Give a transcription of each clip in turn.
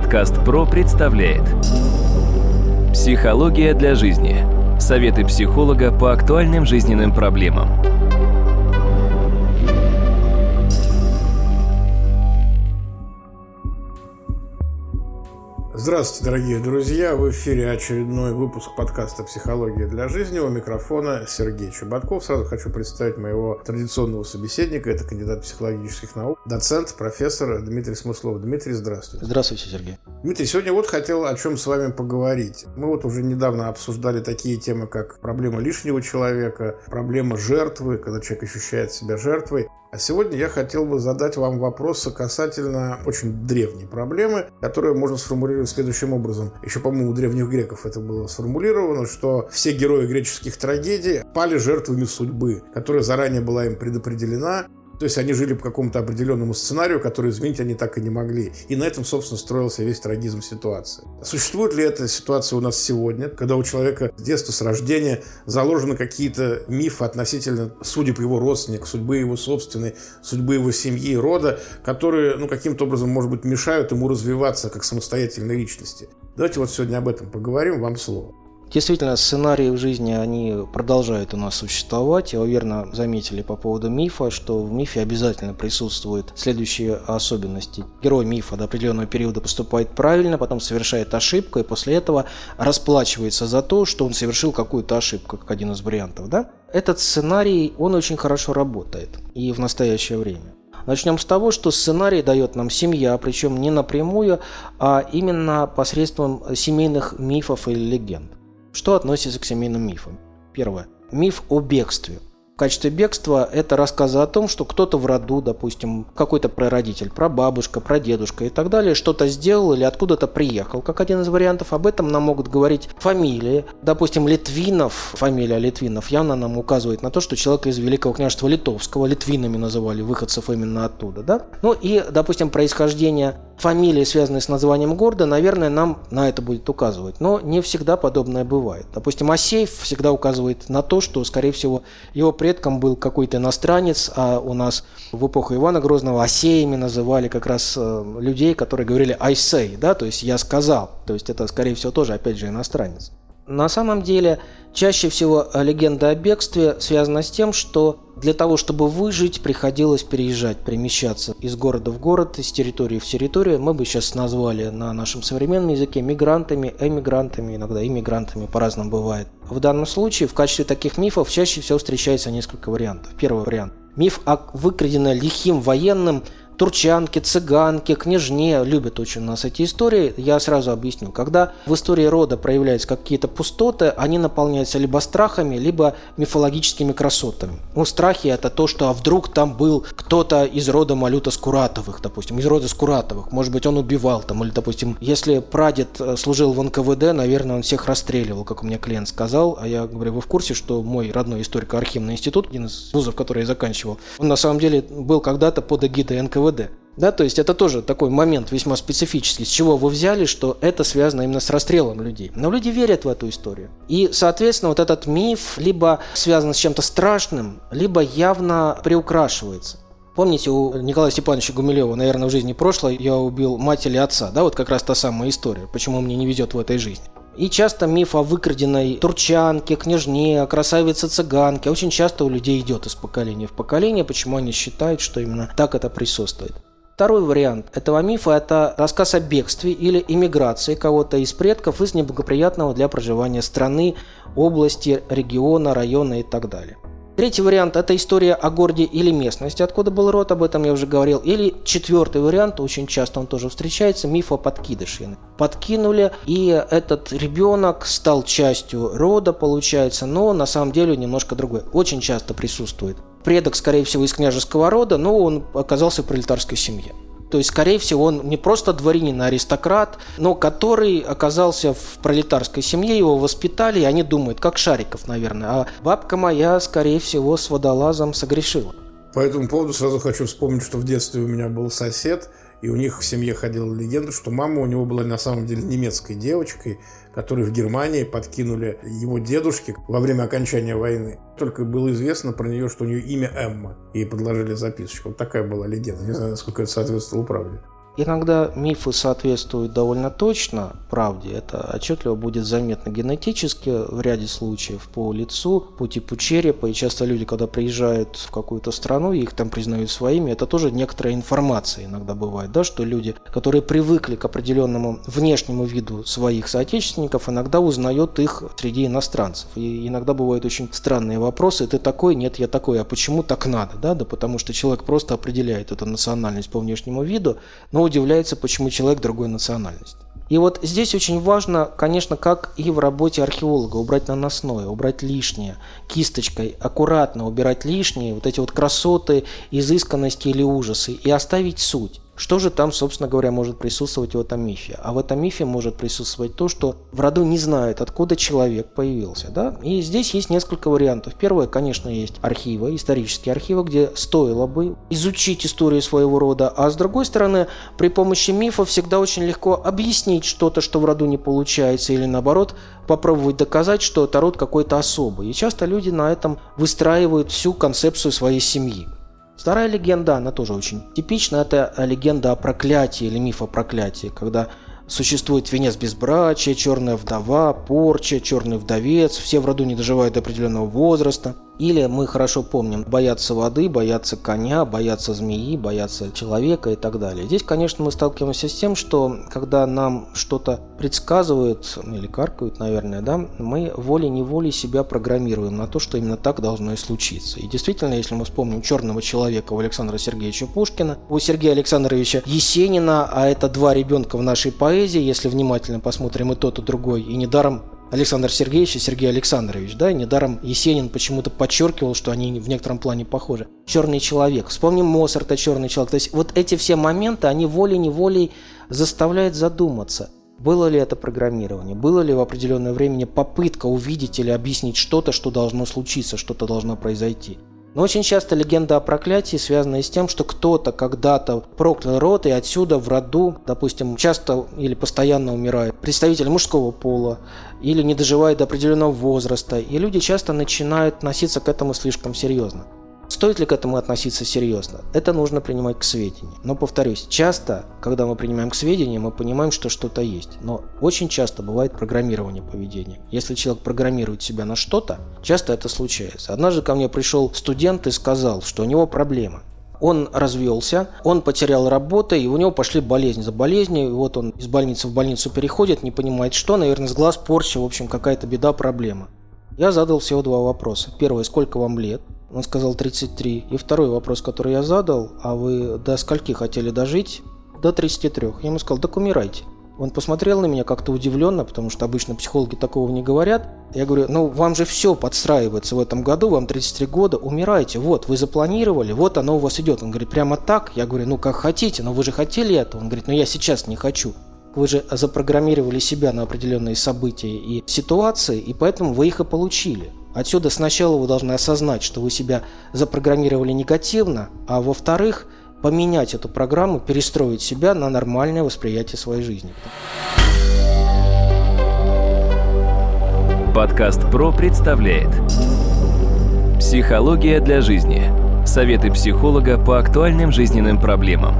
Подкаст ПРО представляет «Психология для жизни». Советы психолога по актуальным жизненным проблемам. Здравствуйте, дорогие друзья! В эфире очередной выпуск подкаста «Психология для жизни». У микрофона Сергей Чеботков. Сразу хочу представить моего традиционного собеседника. Это кандидат психологических наук, доцент, профессор Дмитрий Смыслов. Дмитрий, здравствуйте. Здравствуйте, Сергей. Дмитрий, сегодня хотел о чем с вами поговорить. Мы уже недавно обсуждали такие темы, как проблема лишнего человека, проблема жертвы, когда человек ощущает себя жертвой. А сегодня я хотел бы задать вам вопросы касательно очень древней проблемы, которую можно сформулировать следующим образом. Еще, по-моему, у древних греков это было сформулировано, что все герои греческих трагедий пали жертвами судьбы, которая заранее была им предопределена. То есть они жили по какому-то определенному сценарию, который изменить они так и не могли. И на этом, собственно, строился весь трагизм ситуации. Существует ли эта ситуация у нас сегодня, когда у человека с детства, с рождения заложены какие-то мифы относительно судеб его родственников, судьбы его собственной, судьбы его семьи, рода, которые, каким-то образом, может быть, мешают ему развиваться как самостоятельной личности? Давайте сегодня об этом поговорим. Вам слово. Действительно, сценарии в жизни, они продолжают у нас существовать. И вы верно заметили по поводу мифа, что в мифе обязательно присутствуют следующие особенности. Герой мифа до определенного периода поступает правильно, потом совершает ошибку, и после этого расплачивается за то, что он совершил какую-то ошибку, как один из вариантов. Этот сценарий, он очень хорошо работает и в настоящее время. Начнем с того, что сценарий дает нам семья, причем не напрямую, а именно посредством семейных мифов или легенд. Что относится к семейным мифам? Первое. Миф о бегстве. В качестве бегства это рассказы о том, что кто-то в роду, допустим, какой-то прародитель, прабабушка, прадедушка и так далее, что-то сделал или откуда-то приехал. Как один из вариантов, об этом нам могут говорить фамилии. Допустим, Литвинов, фамилия Литвинов явно нам указывает на то, что человек из Великого княжества Литовского, литвинами называли выходцев именно оттуда. И, допустим, происхождение фамилии, связанные с названием города, наверное, нам на это будет указывать. Но не всегда подобное бывает. Допустим, Асеев всегда указывает на то, что, скорее всего, его предком был какой-то иностранец, а у нас в эпоху Ивана Грозного Асеями называли как раз людей, которые говорили «I say», то есть «я сказал». То есть это, скорее всего, тоже, опять же, иностранец. На самом деле, чаще всего легенда о бегстве связана с тем, что для того, чтобы выжить, приходилось перемещаться из города в город, из территории в территорию. Мы бы сейчас назвали на нашем современном языке мигрантами, эмигрантами, иногда иммигрантами, по-разному бывает. В данном случае в качестве таких мифов чаще всего встречается несколько вариантов. Первый вариант. Миф о выкраденной лихим военным турчанке, цыганке, княжне. Любят очень у нас эти истории. Я сразу объясню. Когда в истории рода проявляются какие-то пустоты, они наполняются либо страхами, либо мифологическими красотами. Страхи – это то, что вдруг там был кто-то из рода Малюта Скуратовых, допустим, из рода Скуратовых. Может быть, он убивал там. Или, допустим, если прадед служил в НКВД, наверное, он всех расстреливал, как у меня клиент сказал. А я говорю, вы в курсе, что мой родной историко-архивный институт, один из вузов, который я заканчивал, он на самом деле был когда-то под эгидой НКВД. То есть это тоже такой момент весьма специфический, с чего вы взяли, что это связано именно с расстрелом людей. Но люди верят в эту историю. И, соответственно, этот миф либо связан с чем-то страшным, либо явно приукрашивается. Помните, у Николая Степановича Гумилева, наверное, в жизни прошлой я убил мать или отца, вот как раз та самая история, почему мне не везет в этой жизни. И часто миф о выкраденной турчанке, княжне, красавице-цыганке очень часто у людей идет из поколения в поколение, почему они считают, что именно так это присутствует. Второй вариант этого мифа – это рассказ о бегстве или эмиграции кого-то из предков из неблагоприятного для проживания страны, области, региона, района и так далее. Третий вариант – это история о городе или местности, откуда был род, об этом я уже говорил. Или четвертый вариант, очень часто он тоже встречается, миф о подкидыше. Подкинули, и этот ребенок стал частью рода, получается, но на самом деле немножко другой. Очень часто присутствует. Предок, скорее всего, из княжеского рода, но он оказался в пролетарской семье. То есть, скорее всего, он не просто дворянин, а аристократ, но который оказался в пролетарской семье, его воспитали, и они думают, как Шариков, наверное. А бабка моя, скорее всего, с водолазом согрешила. По этому поводу сразу хочу вспомнить, что в детстве у меня был сосед, и у них в семье ходила легенда, что мама у него была на самом деле немецкой девочкой, которую в Германии подкинули его дедушке во время окончания войны. Только было известно про нее, что у нее имя Эмма. Ей подложили записочку. Вот такая была легенда. Не знаю, насколько это соответствовало правде. Иногда мифы соответствуют довольно точно правде. Это отчетливо будет заметно генетически в ряде случаев по лицу, по типу черепа. И часто люди, когда приезжают в какую-то страну и их там признают своими, это тоже некоторая информация иногда бывает, да, что люди, которые привыкли к определенному внешнему виду своих соотечественников, иногда узнают их среди иностранцев. И иногда бывают очень странные вопросы. Ты такой? Нет, я такой. А почему так надо? Да, потому что человек просто определяет эту национальность по внешнему виду, но удивляется, почему человек другой национальности. И вот здесь очень важно, конечно, как и в работе археолога, убрать наносное, убрать лишнее, кисточкой аккуратно убирать лишние, вот эти вот красоты, изысканности или ужасы, и оставить суть. Что же там, собственно говоря, может присутствовать в этом мифе? А в этом мифе может присутствовать то, что в роду не знают, откуда человек появился. Да? И здесь есть несколько вариантов. Первое, конечно, есть архивы, исторические архивы, где стоило бы изучить историю своего рода. А с другой стороны, при помощи мифов всегда очень легко объяснить что-то, что в роду не получается, или наоборот, попробовать доказать, что это род какой-то особый. И часто люди на этом выстраивают всю концепцию своей семьи. Вторая легенда, она тоже очень типична, это легенда о проклятии или миф о проклятии, когда существует венец безбрачия, черная вдова, порча, черный вдовец, все в роду не доживают до определенного возраста. Или мы хорошо помним, боятся воды, боятся коня, боятся змеи, боятся человека и так далее. Здесь, конечно, мы сталкиваемся с тем, что когда нам что-то предсказывают, или каркают, наверное, да, мы волей-неволей себя программируем на то, что именно так должно и случиться. И действительно, если мы вспомним «Черного человека» у Александра Сергеевича Пушкина, у Сергея Александровича Есенина, а это два ребенка в нашей поэзии, если внимательно посмотрим и тот, и другой, и недаром Александр Сергеевич и Сергей Александрович, да, и недаром Есенин почему-то подчеркивал, что они в некотором плане похожи. «Черный человек». Вспомним Моцарта «Черный человек». То есть вот эти все моменты, они волей-неволей заставляют задуматься. Было ли это программирование? Было ли в определенное время попытка увидеть или объяснить что-то, что должно случиться, что-то должно произойти? Но очень часто легенда о проклятии связана с тем, что кто-то когда-то проклял род, и отсюда в роду, допустим, часто или постоянно умирает представитель мужского пола, или не доживает до определенного возраста, и люди часто начинают относиться к этому слишком серьезно. Стоит ли к этому относиться серьезно? Это нужно принимать к сведению. Но, повторюсь, часто, когда мы принимаем к сведению, мы понимаем, что что-то есть. Но очень часто бывает программирование поведения. Если человек программирует себя на что-то, часто это случается. Однажды ко мне пришел студент и сказал, что у него проблема. Он развелся, он потерял работу, и у него пошли болезни за болезнью. И вот он из больницы в больницу переходит, не понимает что, наверное, с глаз порча, в общем, какая-то беда, проблема. Я задал всего два вопроса. Первый, сколько вам лет? Он сказал 33. И второй вопрос, который я задал, а вы до скольки хотели дожить? До 33. Я ему сказал, так умирайте. Он посмотрел на меня как-то удивленно, потому что обычно психологи такого не говорят. Я говорю, ну вам же все подстраивается в этом году, вам 33 года, умирайте, вот, вы запланировали, вот оно у вас идет. Он говорит, прямо так? Я говорю, ну как хотите, но вы же хотели это. Он говорит, ну я сейчас не хочу. Вы же запрограммировали себя на определенные события и ситуации, и поэтому вы их и получили. Отсюда сначала вы должны осознать, что вы себя запрограммировали негативно, а во-вторых, поменять эту программу, перестроить себя на нормальное восприятие своей жизни. Подкаст ПРО представляет «Психология для жизни». Советы психолога по актуальным жизненным проблемам.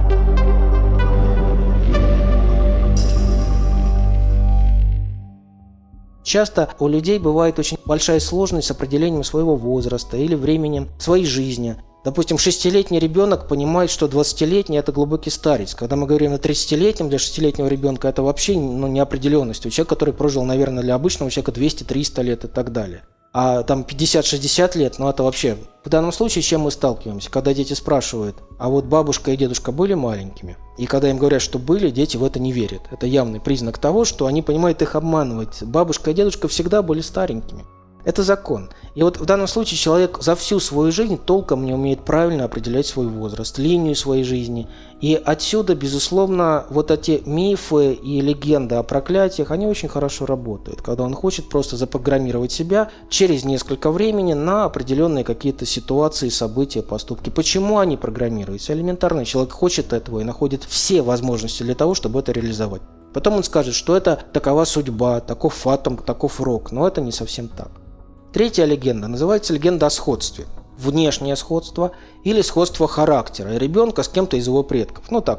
Часто у людей бывает очень большая сложность с определением своего возраста или временем своей жизни. Допустим, 6-летний ребенок понимает, что 20-летний – это глубокий старец. Когда мы говорим о 30-летнем, для 6-летнего ребенка это вообще неопределенность. У человека, который прожил, наверное, для обычного человека 200-300 лет и так далее. А там 50-60 лет, это вообще… В данном случае с чем мы сталкиваемся? Когда дети спрашивают, а вот бабушка и дедушка были маленькими? И когда им говорят, что были, дети в это не верят. Это явный признак того, что они понимают их обманывать. Бабушка и дедушка всегда были старенькими. Это закон. И вот в данном случае человек за всю свою жизнь толком не умеет правильно определять свой возраст, линию своей жизни. И отсюда, безусловно, вот эти мифы и легенды о проклятиях, они очень хорошо работают, когда он хочет просто запрограммировать себя через несколько времени на определенные какие-то ситуации, события, поступки. Почему они программируются? Элементарно, человек хочет этого и находит все возможности для того, чтобы это реализовать. Потом он скажет, что это такова судьба, таков атом, таков рок, но это не совсем так. Третья легенда называется легенда о сходстве. Внешнее сходство или сходство характера ребенка с кем-то из его предков. Так,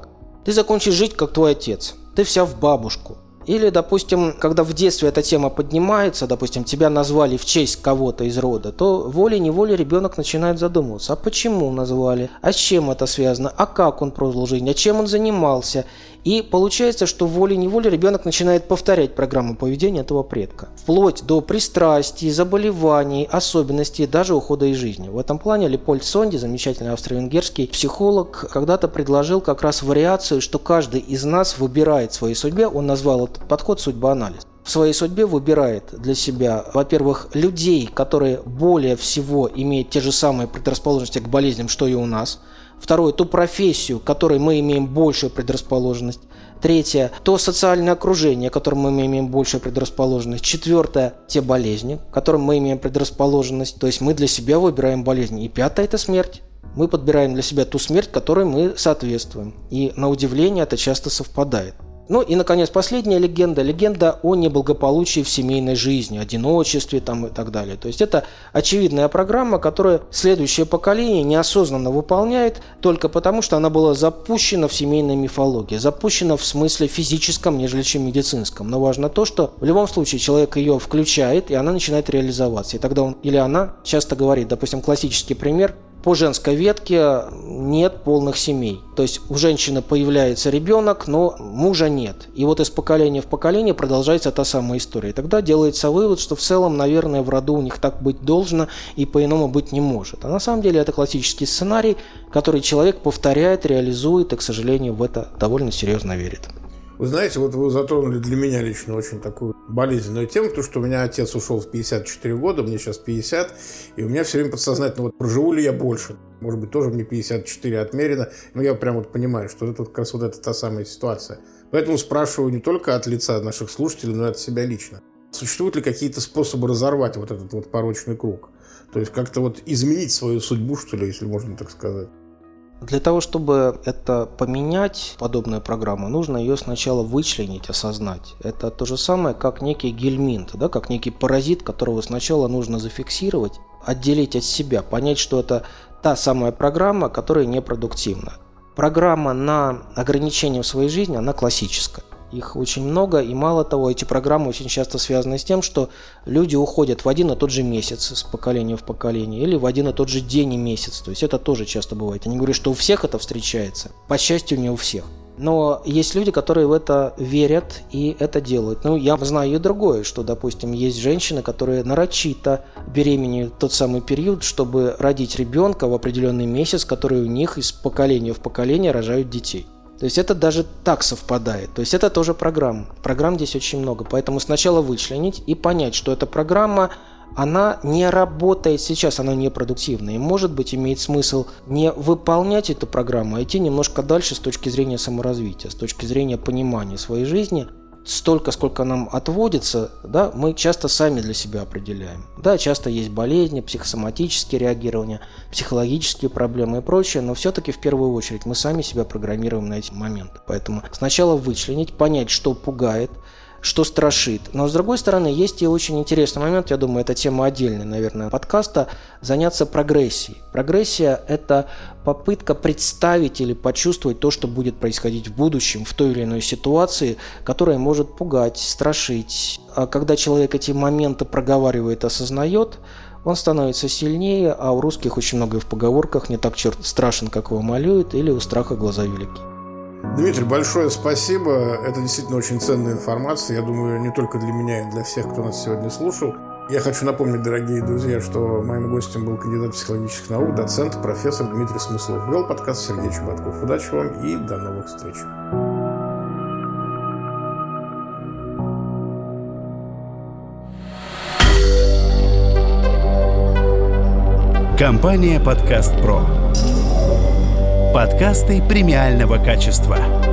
Ты закончишь жить, как твой отец. Ты вся в бабушку. Или, допустим, когда в детстве эта тема поднимается, допустим, тебя назвали в честь кого-то из рода, то волей-неволей ребенок начинает задумываться, а почему назвали, а с чем это связано, а как он прожил жизнь, а чем он занимался. И получается, что волей-неволей ребенок начинает повторять программу поведения этого предка. Вплоть до пристрастий, заболеваний, особенностей, даже ухода из жизни. В этом плане Леопольд Сонди, замечательный австро-венгерский психолог, когда-то предложил как раз вариацию, что каждый из нас выбирает в своей судьбе, он назвал этот подход судьбоанализ. В своей судьбе выбирает для себя, во-первых, людей, которые более всего имеют те же самые предрасположенности к болезням, что и у нас. Второе, ту профессию, к которой мы имеем большую предрасположенность. Третье, то социальное окружение, к которому мы имеем большую предрасположенность. Четвертое, те болезни, к которым мы имеем предрасположенность. То есть мы для себя выбираем болезни. И пятое – это смерть. Мы подбираем для себя ту смерть, которой мы соответствуем. И на удивление это часто совпадает. Ну и, наконец, последняя легенда. Легенда о неблагополучии в семейной жизни, одиночестве там и так далее. То есть это очевидная программа, которую следующее поколение неосознанно выполняет только потому, что она была запущена в семейной мифологии. Запущена в смысле физическом, нежели чем медицинском. Но важно то, что в любом случае человек ее включает, и она начинает реализоваться. И тогда он или она часто говорит, допустим, классический пример, по женской ветке нет полных семей. То есть у женщины появляется ребенок, но мужа нет. И вот из поколения в поколение продолжается та самая история. И тогда делается вывод, что в целом, наверное, в роду у них так быть должно и по-иному быть не может. А на самом деле это классический сценарий, который человек повторяет, реализует и, к сожалению, в это довольно серьезно верит. Вы знаете, вот вы затронули для меня лично очень такую болезненную тему, потому что у меня отец ушел в 54 года, мне сейчас 50, и у меня все время подсознательно, вот проживу ли я больше, может быть, тоже мне 54 отмерено, но я прям вот понимаю, что это как раз вот это та самая ситуация. Поэтому спрашиваю не только от лица наших слушателей, но и от себя лично. Существуют ли какие-то способы разорвать вот этот вот порочный круг? То есть как-то вот изменить свою судьбу, что ли, если можно так сказать? Для того, чтобы это поменять, подобную программу, нужно ее сначала вычленить, осознать. Это то же самое, как некий гельминт, да, как некий паразит, которого сначала нужно зафиксировать, отделить от себя, понять, что это та самая программа, которая непродуктивна. Программа на ограничение в своей жизни, она классическая. Их очень много, и мало того, эти программы очень часто связаны с тем, что люди уходят в один и тот же месяц с поколения в поколение, или в один и тот же день и месяц. То есть это тоже часто бывает. Я не говорю, что у всех это встречается. По счастью, не у всех. Но есть люди, которые в это верят и это делают. Ну, я знаю и другое, что, допустим, есть женщины, которые нарочито беременеют в тот самый период, чтобы родить ребенка в определенный месяц, который у них из поколения в поколение рожают детей. То есть это даже так совпадает. То есть это тоже программа. Программ здесь очень много. Поэтому сначала вычленить и понять, что эта программа, она не работает сейчас, она непродуктивна. И, может быть, имеет смысл не выполнять эту программу, а идти немножко дальше с точки зрения саморазвития, с точки зрения понимания своей жизни. Столько, сколько нам отводится, да, мы часто сами для себя определяем. Да, часто есть болезни, психосоматические реагирования, психологические проблемы и прочее, но все-таки в первую очередь мы сами себя программируем на эти моменты. Поэтому сначала вычленить, понять, что пугает, что страшит. Но, с другой стороны, есть и очень интересный момент, я думаю, это тема отдельной, наверное, подкаста, заняться прогрессией. Прогрессия – это попытка представить или почувствовать то, что будет происходить в будущем, в той или иной ситуации, которая может пугать, страшить. А когда человек эти моменты проговаривает, осознает, он становится сильнее, а у русских очень много в поговорках «не так черт страшен, как его малюют» или «у страха глаза велики». Дмитрий, большое спасибо. Это действительно очень ценная информация. Я думаю, не только для меня, и для всех, кто нас сегодня слушал. Я хочу напомнить, дорогие друзья, что моим гостем был кандидат психологических наук, доцент, профессор Дмитрий Смыслов. Вел подкаст Сергей Чеботков. Удачи вам и до новых встреч. Компания «Подкаст Про». Подкасты премиального качества.